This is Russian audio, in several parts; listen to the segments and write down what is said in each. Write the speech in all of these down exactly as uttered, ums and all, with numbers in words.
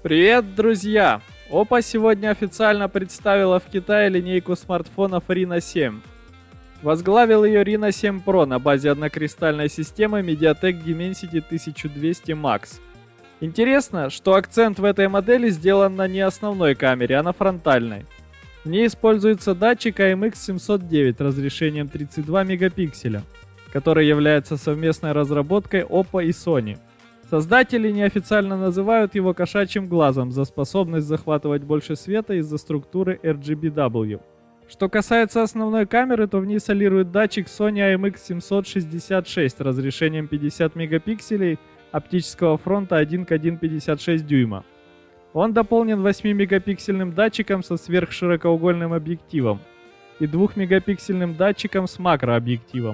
Привет, друзья! Oppo сегодня официально представила в Китае линейку смартфонов Reno семь. Возглавил ее Reno семь Pro на базе однокристальной системы MediaTek Dimensity тысяча двести макс. Интересно, что акцент в этой модели сделан на не основной камере, а на фронтальной. В ней используется датчик эй эм икс семьсот девять разрешением тридцать два мегапикселя, который является совместной разработкой Oppo и Sony. Создатели неофициально называют его кошачьим глазом за способность захватывать больше света из-за структуры эр джи би дабл ю. Что касается основной камеры, то в ней солирует датчик Sony эй эм икс семьсот шестьдесят шесть разрешением пятьдесят мегапикселей оптического фронта один к одному целых пятьдесят шесть сотых дюйма. Он дополнен восьмимегапиксельным датчиком со сверхширокоугольным объективом и двухмегапиксельным датчиком с макрообъективом.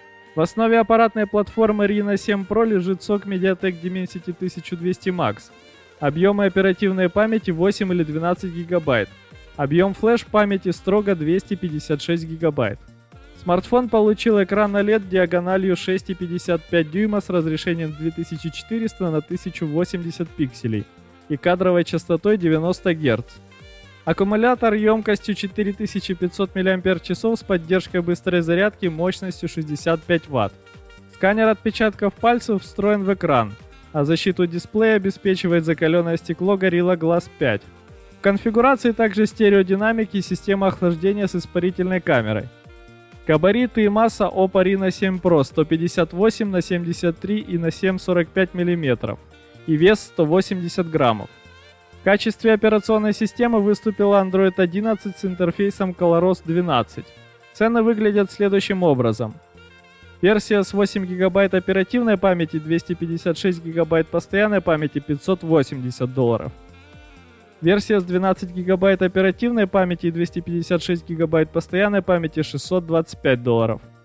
В основе аппаратной платформы Reno семь Pro лежит сок MediaTek Dimensity тысяча двести макс. Объемы оперативной памяти восемь или двенадцать гигабайт. Объем флеш-памяти строго двести пятьдесят шесть гигабайт. Смартфон получил экран о лед диагональю шесть целых пятьдесят пять дюйма с разрешением две тысячи четыреста на тысячу восемьдесят пикселей и кадровой частотой девяносто герц. Аккумулятор емкостью четыре тысячи пятьсот мАч с поддержкой быстрой зарядки мощностью шестьдесят пять ватт. Сканер отпечатков пальцев встроен в экран, а защиту дисплея обеспечивает закаленное стекло Gorilla Glass пять. В конфигурации также стереодинамики и система охлаждения с испарительной камерой. Габариты и масса Oppo Reno семь Pro сто пятьдесят восемь на семьдесят три и на семь целых сорок пять миллиметров и вес сто восемьдесят граммов. В качестве операционной системы выступила Android одиннадцать с интерфейсом ColorOS двенадцать. Цены выглядят следующим образом. Версия с восемь гигабайт оперативной памяти, двести пятьдесят шесть гигабайт постоянной памяти пятьсот восемьдесят долларов. Версия с двенадцать гигабайт оперативной памяти и двести пятьдесят шесть гигабайт постоянной памяти шестьсот двадцать пять долларов.